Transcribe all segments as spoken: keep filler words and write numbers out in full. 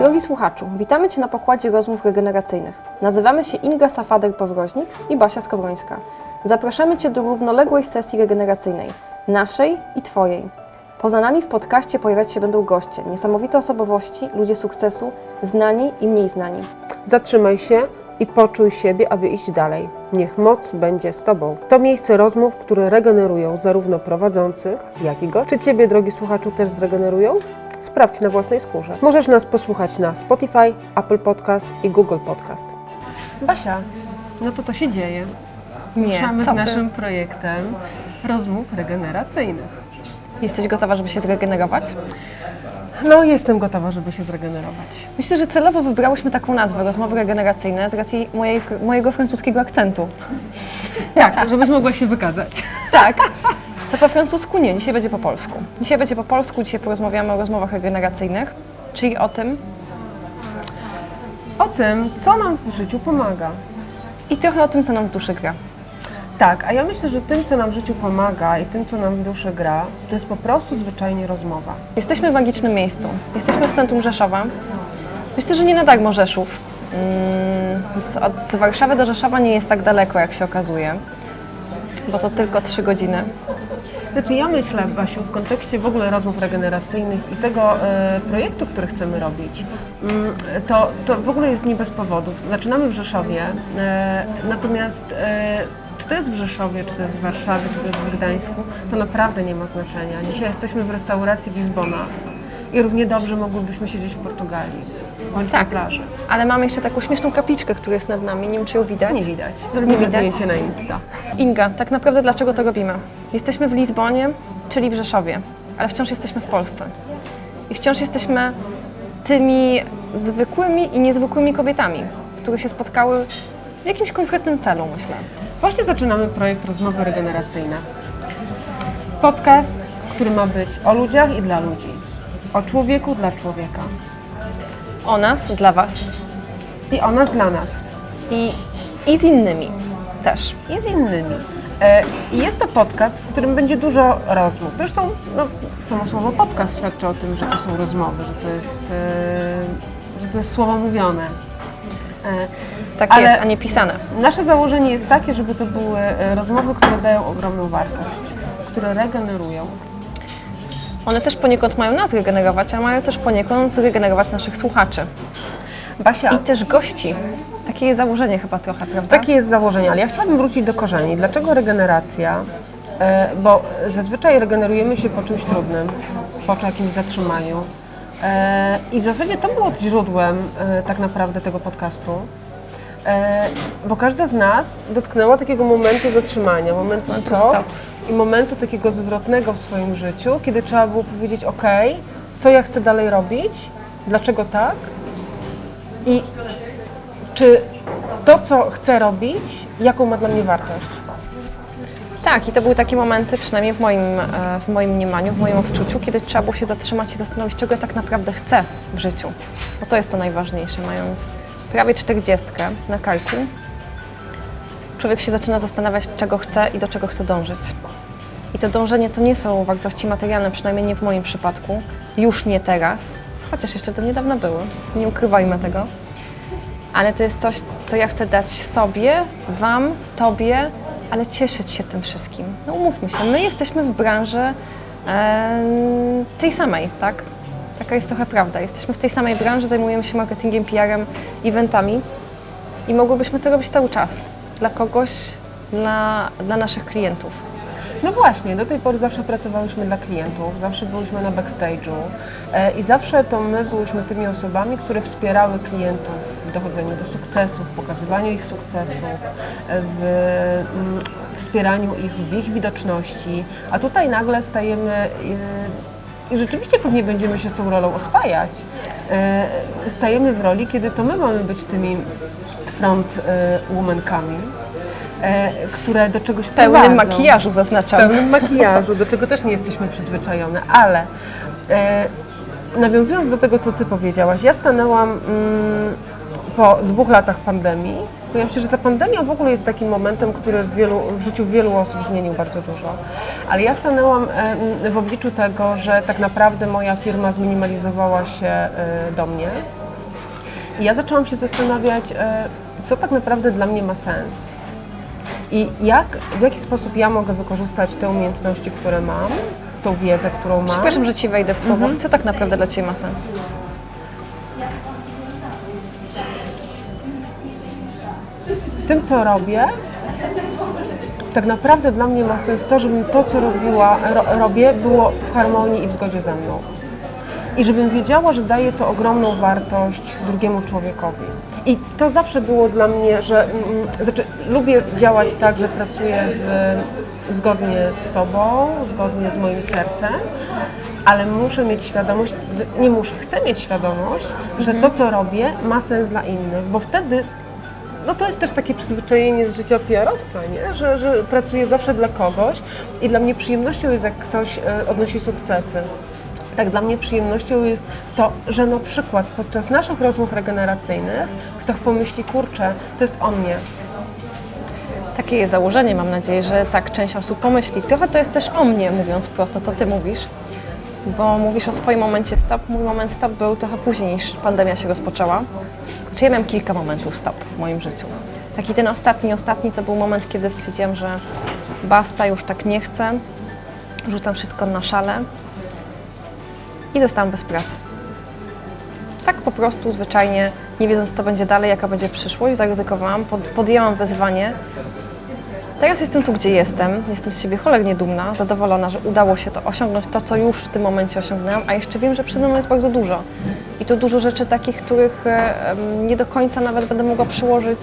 Drogi słuchaczu, witamy Cię na pokładzie rozmów regeneracyjnych. Nazywamy się Inga Safader-Powroźnik i Basia Skowrońska. Zapraszamy Cię do równoległej sesji regeneracyjnej, naszej i Twojej. Poza nami w podcaście pojawiać się będą goście, niesamowite osobowości, ludzie sukcesu, znani i mniej znani. Zatrzymaj się i poczuj siebie, aby iść dalej. Niech moc będzie z Tobą. To miejsce rozmów, które regenerują zarówno prowadzących, jak i go. Czy Ciebie, drogi słuchaczu, też zregenerują? Sprawdź na własnej skórze. Możesz nas posłuchać na Spotify, Apple Podcast i Google Podcast. Basia, no to to się dzieje. Ruszamy z naszym projektem rozmów regeneracyjnych. Jesteś gotowa, żeby się zregenerować? No, jestem gotowa, żeby się zregenerować. Myślę, że celowo wybrałyśmy taką nazwę, rozmowy regeneracyjne, z racji mojej, mojego francuskiego akcentu. Tak, żebyś mogła się wykazać. Tak. To po francusku nie, dzisiaj będzie po polsku. Dzisiaj będzie po polsku, dzisiaj porozmawiamy o rozmowach regeneracyjnych, czyli o tym... O tym, co nam w życiu pomaga. I trochę o tym, co nam w duszy gra. Tak, a ja myślę, że tym, co nam w życiu pomaga i tym, co nam w duszy gra, to jest po prostu zwyczajnie rozmowa. Jesteśmy w magicznym miejscu. Jesteśmy w centrum Rzeszowa. Myślę, że nie na darmo Rzeszów. Od z Warszawy do Rzeszowa nie jest tak daleko, jak się okazuje, bo to tylko trzy godziny. Znaczy ja myślę, Basiu, w kontekście w ogóle rozmów regeneracyjnych i tego e, projektu, który chcemy robić, mm, to, to w ogóle jest nie bez powodów. Zaczynamy w Rzeszowie, e, natomiast e, czy to jest w Rzeszowie, czy to jest w Warszawie, czy to jest w Gdańsku, to naprawdę nie ma znaczenia. Dzisiaj jesteśmy w restauracji Lizbona i równie dobrze mogłybyśmy siedzieć w Portugalii, bądź tak, na plaży. Ale mamy jeszcze taką śmieszną kapliczkę, która jest nad nami. Nie wiem, czy ją widać. Nie widać. Zrobimy nie widać. zdjęcie na Insta. Inga, tak naprawdę dlaczego to robimy? Jesteśmy w Lizbonie, czyli w Rzeszowie, ale wciąż jesteśmy w Polsce. I wciąż jesteśmy tymi zwykłymi i niezwykłymi kobietami, które się spotkały w jakimś konkretnym celu, myślę. Właśnie zaczynamy projekt Rozmowy Regeneracyjne. Podcast, który ma być o ludziach i dla ludzi. O człowieku dla człowieka. O nas, dla Was. I o nas dla nas. I, i z innymi też. I z innymi. I jest to podcast, w którym będzie dużo rozmów. Zresztą no, samo słowo podcast świadczy o tym, że to są rozmowy, że to jest, że to jest słowo mówione. Tak Ale jest, a nie pisane. Nasze założenie jest takie, żeby to były rozmowy, które dają ogromną wartość, które regenerują. One też poniekąd mają nas regenerować, a mają też poniekąd zregenerować naszych słuchaczy. Basia. I też gości. Takie jest założenie chyba trochę, prawda? Takie jest założenie, ale ja chciałabym wrócić do korzeni. Dlaczego regeneracja? Bo zazwyczaj regenerujemy się po czymś trudnym, po jakimś zatrzymaniu. I w zasadzie to było źródłem tak naprawdę tego podcastu. Bo każda z nas dotknęła takiego momentu zatrzymania, momentu stop, stop i momentu takiego zwrotnego w swoim życiu, kiedy trzeba było powiedzieć ok, co ja chcę dalej robić, dlaczego tak i czy to, co chcę robić, jaką ma dla mnie wartość. Tak, i to były takie momenty, przynajmniej w moim, w moim mniemaniu, w moim odczuciu, kiedy trzeba było się zatrzymać i zastanowić, czego ja tak naprawdę chcę w życiu. Bo to jest to najważniejsze, mając prawie czterdziestkę na karku, człowiek się zaczyna zastanawiać, czego chce i do czego chce dążyć. I to dążenie to nie są wartości materialne, przynajmniej nie w moim przypadku, już nie teraz, chociaż jeszcze to niedawno były, nie ukrywajmy tego, ale to jest coś, co ja chcę dać sobie, Wam, Tobie, ale cieszyć się tym wszystkim. No umówmy się, my jesteśmy w branży e, tej samej, tak? Taka jest trochę prawda. Jesteśmy w tej samej branży, zajmujemy się marketingiem, P R-em, eventami i mogłybyśmy to robić cały czas. Dla kogoś, dla, dla naszych klientów. No właśnie, do tej pory zawsze pracowałyśmy dla klientów, zawsze byliśmy na backstage'u i zawsze to my byłyśmy tymi osobami, które wspierały klientów w dochodzeniu do sukcesów, w pokazywaniu ich sukcesów, w mm, wspieraniu ich w ich widoczności, a tutaj nagle stajemy i rzeczywiście pewnie będziemy się z tą rolą oswajać. Stajemy w roli, kiedy to my mamy być tymi front womankami, które do czegoś prowadzą. Pełnym makijażu zaznaczam. Pełnym makijażu, do czego też nie jesteśmy przyzwyczajone, ale e, nawiązując do tego, co Ty powiedziałaś, ja stanęłam mm, po dwóch latach pandemii. Ja myślę, że ta pandemia w ogóle jest takim momentem, który w, wielu, w życiu wielu osób zmienił bardzo dużo. Ale ja stanęłam w obliczu tego, że tak naprawdę moja firma zminimalizowała się do mnie. I ja zaczęłam się zastanawiać, e, co tak naprawdę dla mnie ma sens. I jak, w jaki sposób ja mogę wykorzystać te umiejętności, które mam, tą wiedzę, którą mam. Przepraszam, że Ci wejdę w słowo. Mhm. Co tak naprawdę dla Ciebie ma sens? W tym, co robię, tak naprawdę dla mnie ma sens to, żebym to, co robiła, ro, robię, było w harmonii i w zgodzie ze mną. I żebym wiedziała, że daje to ogromną wartość drugiemu człowiekowi. I to zawsze było dla mnie, że mm, znaczy, lubię działać tak, że pracuję z, zgodnie z sobą, zgodnie z moim sercem, ale muszę mieć świadomość, nie muszę, chcę mieć świadomość, że to, co robię, ma sens dla innych, bo wtedy no to jest też takie przyzwyczajenie z życia P R-owca, nie? Że, że pracuję zawsze dla kogoś i dla mnie przyjemnością jest, jak ktoś e, odnosi sukcesy. Tak, dla mnie przyjemnością jest to, że na przykład podczas naszych rozmów regeneracyjnych ktoś pomyśli, kurczę, to jest o mnie. Takie jest założenie, mam nadzieję, że tak część osób pomyśli. Trochę to jest też o mnie, mówiąc prosto, co Ty mówisz, bo mówisz o swoim momencie stop. Mój moment stop był trochę później niż pandemia się rozpoczęła. Znaczy ja miałam kilka momentów stop w moim życiu. Taki ten ostatni, ostatni to był moment, kiedy stwierdziłam, że basta, już tak nie chcę, rzucam wszystko na szale i zostałam bez pracy. Tak po prostu, zwyczajnie, nie wiedząc, co będzie dalej, jaka będzie przyszłość, zaryzykowałam, pod, podjęłam wyzwanie. Teraz jestem tu, gdzie jestem, jestem z siebie cholernie dumna, zadowolona, że udało się to osiągnąć, to, co już w tym momencie osiągnęłam, a jeszcze wiem, że przede mną jest bardzo dużo. I to dużo rzeczy takich, których nie do końca nawet będę mogła przełożyć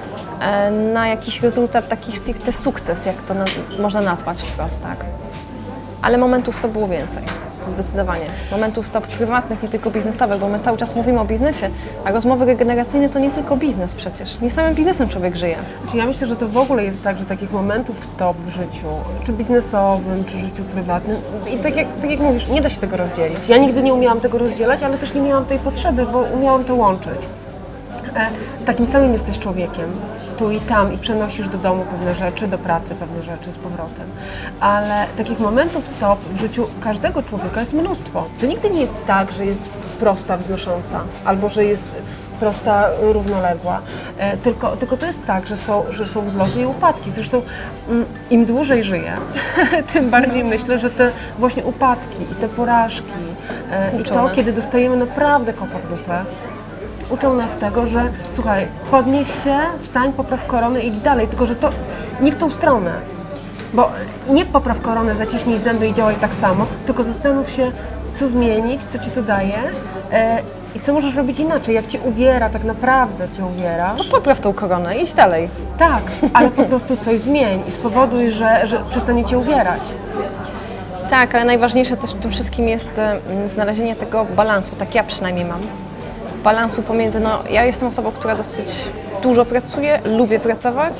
na jakiś rezultat, taki stricte sukces, jak to na, można nazwać wprost, tak. Ale momentów stop było więcej, zdecydowanie. Momentów stop prywatnych, nie tylko biznesowych, bo my cały czas mówimy o biznesie, a rozmowy regeneracyjne to nie tylko biznes przecież. Nie samym biznesem człowiek żyje. Znaczy ja myślę, że to w ogóle jest tak, że takich momentów stop w życiu, czy biznesowym, czy życiu prywatnym, i tak jak, tak jak mówisz, nie da się tego rozdzielić. Ja nigdy nie umiałam tego rozdzielać, ale też nie miałam tej potrzeby, bo umiałam to łączyć. E, takim samym jesteś człowiekiem. Tu i tam i przenosisz do domu pewne rzeczy, do pracy pewne rzeczy z powrotem. Ale takich momentów stop w życiu każdego człowieka jest mnóstwo. To nigdy nie jest tak, że jest prosta, wznosząca, albo że jest prosta, równoległa. E, tylko, tylko to jest tak, że są, że są wzloty i upadki. Zresztą mm, im dłużej żyję, tym bardziej myślę, że te właśnie upadki i te porażki e, i to, nas. kiedy dostajemy naprawdę kopa w dupę, uczą nas tego, że słuchaj, podnieś się, wstań, popraw koronę i idź dalej, tylko że to nie w tą stronę. Bo nie popraw koronę, zaciśnij zęby i działaj tak samo, tylko zastanów się, co zmienić, co Ci to daje e, i co możesz robić inaczej, jak Cię uwiera, tak naprawdę Cię uwiera. No popraw tą koronę, idź dalej. Tak, ale po prostu coś zmień i spowoduj, że, że przestanie Cię uwierać. Tak, ale najważniejsze też w tym wszystkim jest mm, znalezienie tego balansu, tak ja przynajmniej mam. Balansu pomiędzy, no ja jestem osobą, która dosyć dużo pracuje, lubię pracować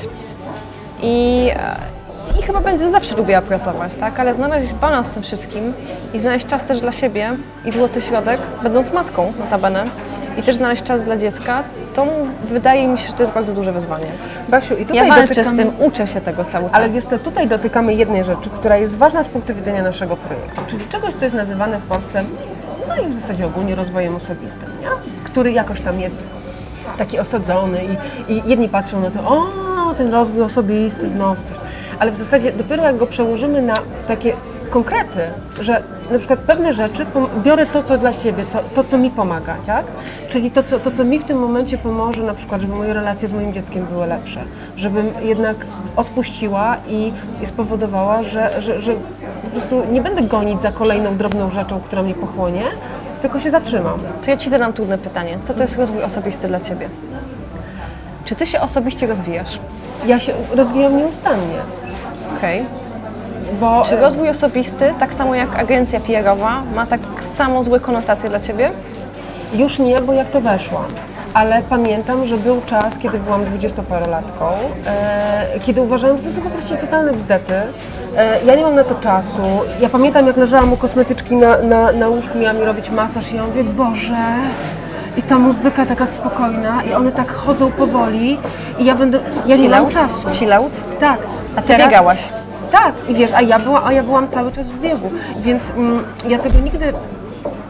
i, i chyba będzie zawsze lubiła pracować, tak? Ale znaleźć balans w tym wszystkim i znaleźć czas też dla siebie i złoty środek, będąc matką notabene, i też znaleźć czas dla dziecka, to wydaje mi się, że to jest bardzo duże wyzwanie. Basiu, i tutaj Ja walczę dotykamy... z tym, uczę się tego cały czas. Ale wiesz co, tutaj dotykamy jednej rzeczy, która jest ważna z punktu widzenia naszego projektu, czyli czegoś, co jest nazywane w Polsce, no i w zasadzie ogólnie rozwojem osobistym, nie? Który jakoś tam jest taki osadzony i, i jedni patrzą na to, o, ten rozwój osobisty, znowu coś. Ale w zasadzie dopiero jak go przełożymy na takie konkrety, że na przykład pewne rzeczy, biorę to, co dla siebie, to, to co mi pomaga, tak? Czyli to co, to, co mi w tym momencie pomoże, na przykład, żeby moje relacje z moim dzieckiem były lepsze, żebym jednak odpuściła i, i spowodowała, że, że, że po prostu nie będę gonić za kolejną drobną rzeczą, która mnie pochłonie, tylko się zatrzymam. To ja Ci zadam trudne pytanie. Co to jest rozwój osobisty dla Ciebie? Czy Ty się osobiście rozwijasz? Ja się rozwijam nieustannie. Okej. Okay. Bo Czy rozwój osobisty, tak samo jak agencja P R-owa, ma tak samo złe konotacje dla Ciebie? Już nie, bo ja w to weszłam. Ale pamiętam, że był czas, kiedy byłam dwudziestoparolatką, e, kiedy uważałam, że to są po prostu totalne bzdety. E, ja nie mam na to czasu. Ja pamiętam, jak leżałam u kosmetyczki na, na, na łóżku, miała mi robić masaż i ja mówię, Boże, i ta muzyka taka spokojna i one tak chodzą powoli i ja będę, ja nie mam czasu. Chill out? Tak. A Ty Teraz... biegałaś? Tak, i wiesz, a ja, była, a ja byłam cały czas w biegu, więc mm, ja tego nigdy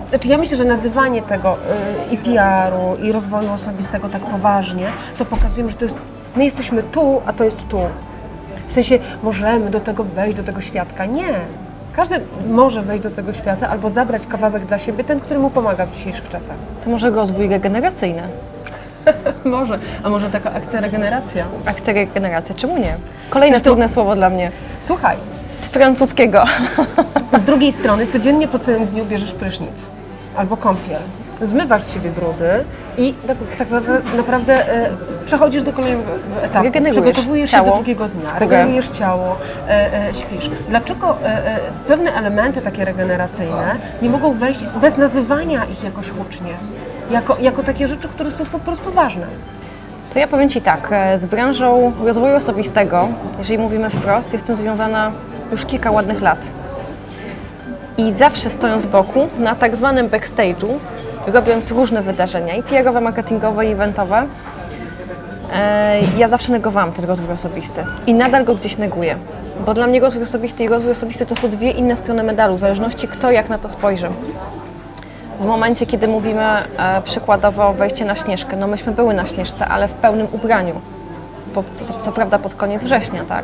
Znaczy ja myślę, że nazywanie tego y, i P R-u, i rozwoju osobistego tak poważnie, to pokazujemy, że to jest, my jesteśmy tu, a to jest tu. W sensie możemy do tego wejść, do tego świadka. Nie. Każdy może wejść do tego świata albo zabrać kawałek dla siebie, ten, który mu pomaga w dzisiejszych czasach. To może rozwój regeneracyjny. Może. A może taka akcja regeneracja? Akcja regeneracja, czemu nie? Kolejne Zresztą- trudne słowo dla mnie. Słuchaj, Z francuskiego. z drugiej strony codziennie po całym dniu bierzesz prysznic albo kąpiel. Zmywasz z siebie brudy i tak, tak napra- naprawdę e, przechodzisz do kolejnego etapu. Regenerujesz Przygotowujesz się ciało, do drugiego dnia, skórę. regenerujesz ciało, e, e, śpisz. Dlaczego e, e, pewne elementy takie regeneracyjne nie mogą wejść bez nazywania ich jakoś hucznie? Jako, jako takie rzeczy, które są po prostu ważne. To ja powiem Ci tak, e, z branżą rozwoju osobistego, jeżeli mówimy wprost, jestem związana już kilka ładnych lat. I zawsze stojąc z boku, na tak zwanym backstage'u, robiąc różne wydarzenia, i P R-owe, marketingowe, i eventowe, e, ja zawsze negowałam ten rozwój osobisty. I nadal go gdzieś neguję. Bo dla mnie rozwój osobisty i rozwój osobisty to są dwie inne strony medalu, w zależności kto jak na to spojrzy. W momencie, kiedy mówimy e, przykładowo o wejście na Śnieżkę, no myśmy były na Śnieżce, ale w pełnym ubraniu, po, co, co prawda pod koniec września, tak?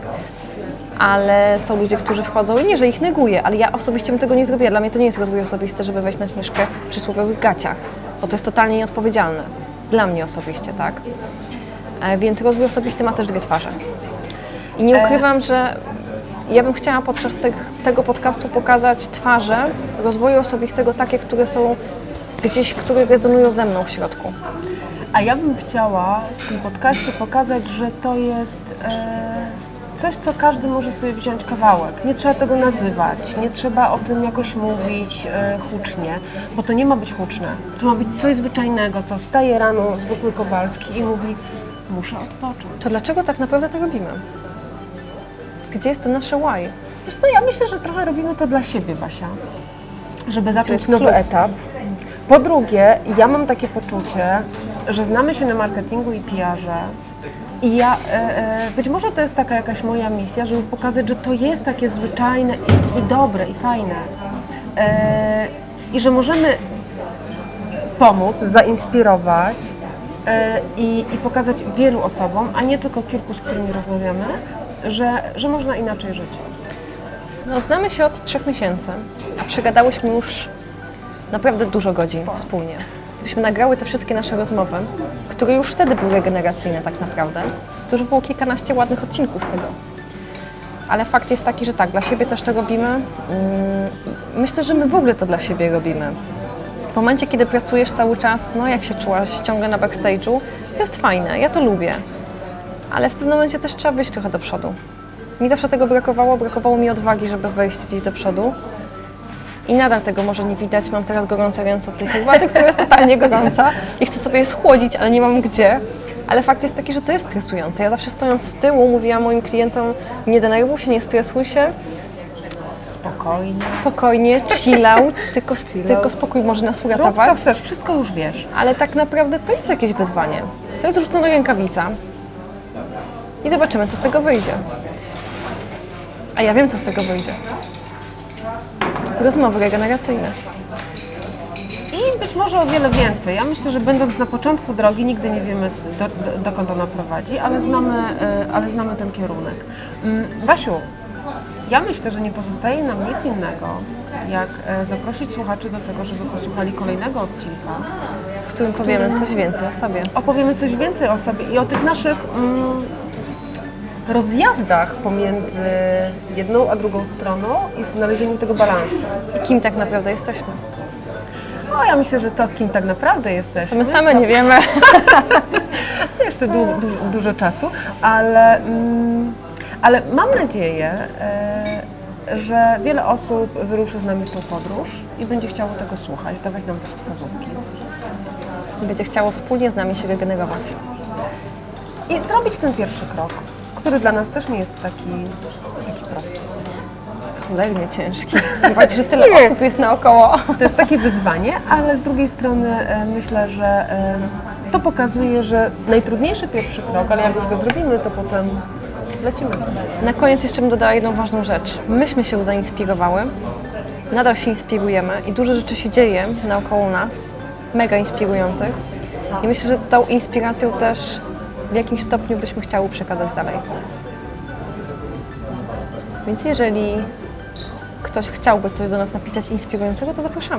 Ale są ludzie, którzy wchodzą i nie, że ich neguję, ale ja osobiście bym tego nie zrobiła. Dla mnie to nie jest rozwój osobisty, żeby wejść na Śnieżkę w przysłowiowych gaciach, bo to jest totalnie nieodpowiedzialne. Dla mnie osobiście, tak? E, więc rozwój osobisty ma też dwie twarze. I nie ukrywam, że ja bym chciała podczas tych, tego podcastu pokazać twarze rozwoju osobistego takie, które są gdzieś, które rezonują ze mną w środku. A ja bym chciała w tym podcaście pokazać, że to jest e, coś, co każdy może sobie wziąć kawałek. Nie trzeba tego nazywać, nie trzeba o tym jakoś mówić e, hucznie, bo to nie ma być huczne. To ma być coś zwyczajnego, co wstaje rano zwykły Kowalski i mówi: muszę odpocząć. To dlaczego tak naprawdę to robimy? Gdzie jest to nasze why? Wiesz co, ja myślę, że trochę robimy to dla siebie, Basia, żeby zacząć jest nowy klub. etap. Po drugie, ja mam takie poczucie, że znamy się na marketingu i P R-ze i ja, e, e, być może to jest taka jakaś moja misja, żeby pokazać, że to jest takie zwyczajne i, i dobre, i fajne. E, I że możemy pomóc, zainspirować e, i, i pokazać wielu osobom, a nie tylko kilku, z którymi rozmawiamy, że, że można inaczej żyć. No, znamy się od trzech miesięcy, a przegadałyśmy już naprawdę dużo godzin wspólnie. Gdybyśmy nagrały te wszystkie nasze rozmowy, które już wtedy były regeneracyjne tak naprawdę, to już było kilkanaście ładnych odcinków z tego. Ale fakt jest taki, że tak, dla siebie też to robimy. Mm, i myślę, że my w ogóle to dla siebie robimy. W momencie, kiedy pracujesz cały czas, no jak się czułaś ciągle na backstage'u, to jest fajne, ja to lubię. Ale w pewnym momencie też trzeba wyjść trochę do przodu. Mi zawsze tego brakowało, brakowało mi odwagi, żeby wejść gdzieś do przodu. I nadal tego może nie widać, mam teraz gorące ręce od tej herbaty, która jest totalnie gorąca i chcę sobie je schłodzić, ale nie mam gdzie. Ale fakt jest taki, że to jest stresujące. Ja zawsze stojąc z tyłu mówiłam moim klientom: nie denerwuj się, nie stresuj się, Spokojnie. spokojnie, chill out, tylko, Chill tylko out. spokój może nas Rób uratować. co chcesz, wszystko już wiesz. Ale tak naprawdę to jest jakieś wyzwanie. To jest rzucona rękawica. I zobaczymy, co z tego wyjdzie. A ja wiem, co z tego wyjdzie. Rozmowy regeneracyjne. I być może o wiele więcej. Ja myślę, że będąc na początku drogi, nigdy nie wiemy, do, do, dokąd ona prowadzi, ale znamy, e, ale znamy ten kierunek. Mm, Basiu, ja myślę, że nie pozostaje nam nic innego, jak e, zaprosić słuchaczy do tego, żeby posłuchali kolejnego odcinka. W którym powiemy coś więcej o sobie. Opowiemy coś więcej o sobie i o tych naszych mm, rozjazdach pomiędzy jedną a drugą stroną i znalezieniu tego balansu. I kim tak naprawdę jesteśmy. No, ja myślę, że to, kim tak naprawdę jesteśmy. To my same nie wiemy. Jeszcze du, du, dużo czasu, ale, mm, ale mam nadzieję, e, że wiele osób wyruszy z nami w tą podróż i będzie chciało tego słuchać, dawać nam też wskazówki. Będzie chciało wspólnie z nami się regenerować. I zrobić ten pierwszy krok, który dla nas też nie jest taki, taki prosty. Cholernie ciężki. Zobaczcie, że tyle Nie. osób jest naokoło. To jest takie wyzwanie, ale z drugiej strony e, myślę, że e, to pokazuje, że najtrudniejszy pierwszy krok, ale jak już go zrobimy, to potem lecimy. Na koniec jeszcze bym dodała jedną ważną rzecz. Myśmy się zainspirowały nadal się inspirujemy i dużo rzeczy się dzieje naokoło nas, mega inspirujących. I myślę, że tą inspiracją też w jakimś stopniu byśmy chciały przekazać dalej. Więc jeżeli ktoś chciałby coś do nas napisać inspirującego, to zapraszamy.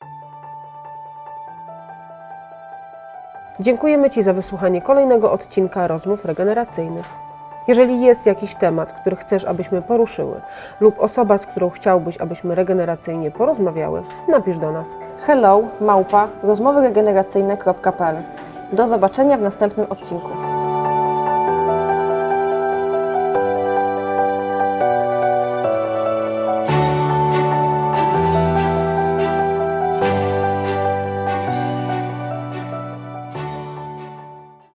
Dziękujemy Ci za wysłuchanie kolejnego odcinka Rozmów Regeneracyjnych. Jeżeli jest jakiś temat, który chcesz, abyśmy poruszyły, lub osoba, z którą chciałbyś, abyśmy regeneracyjnie porozmawiały, napisz do nas. Hello, małpa, rozmowy regeneracyjne kropka p l. Do zobaczenia w następnym odcinku.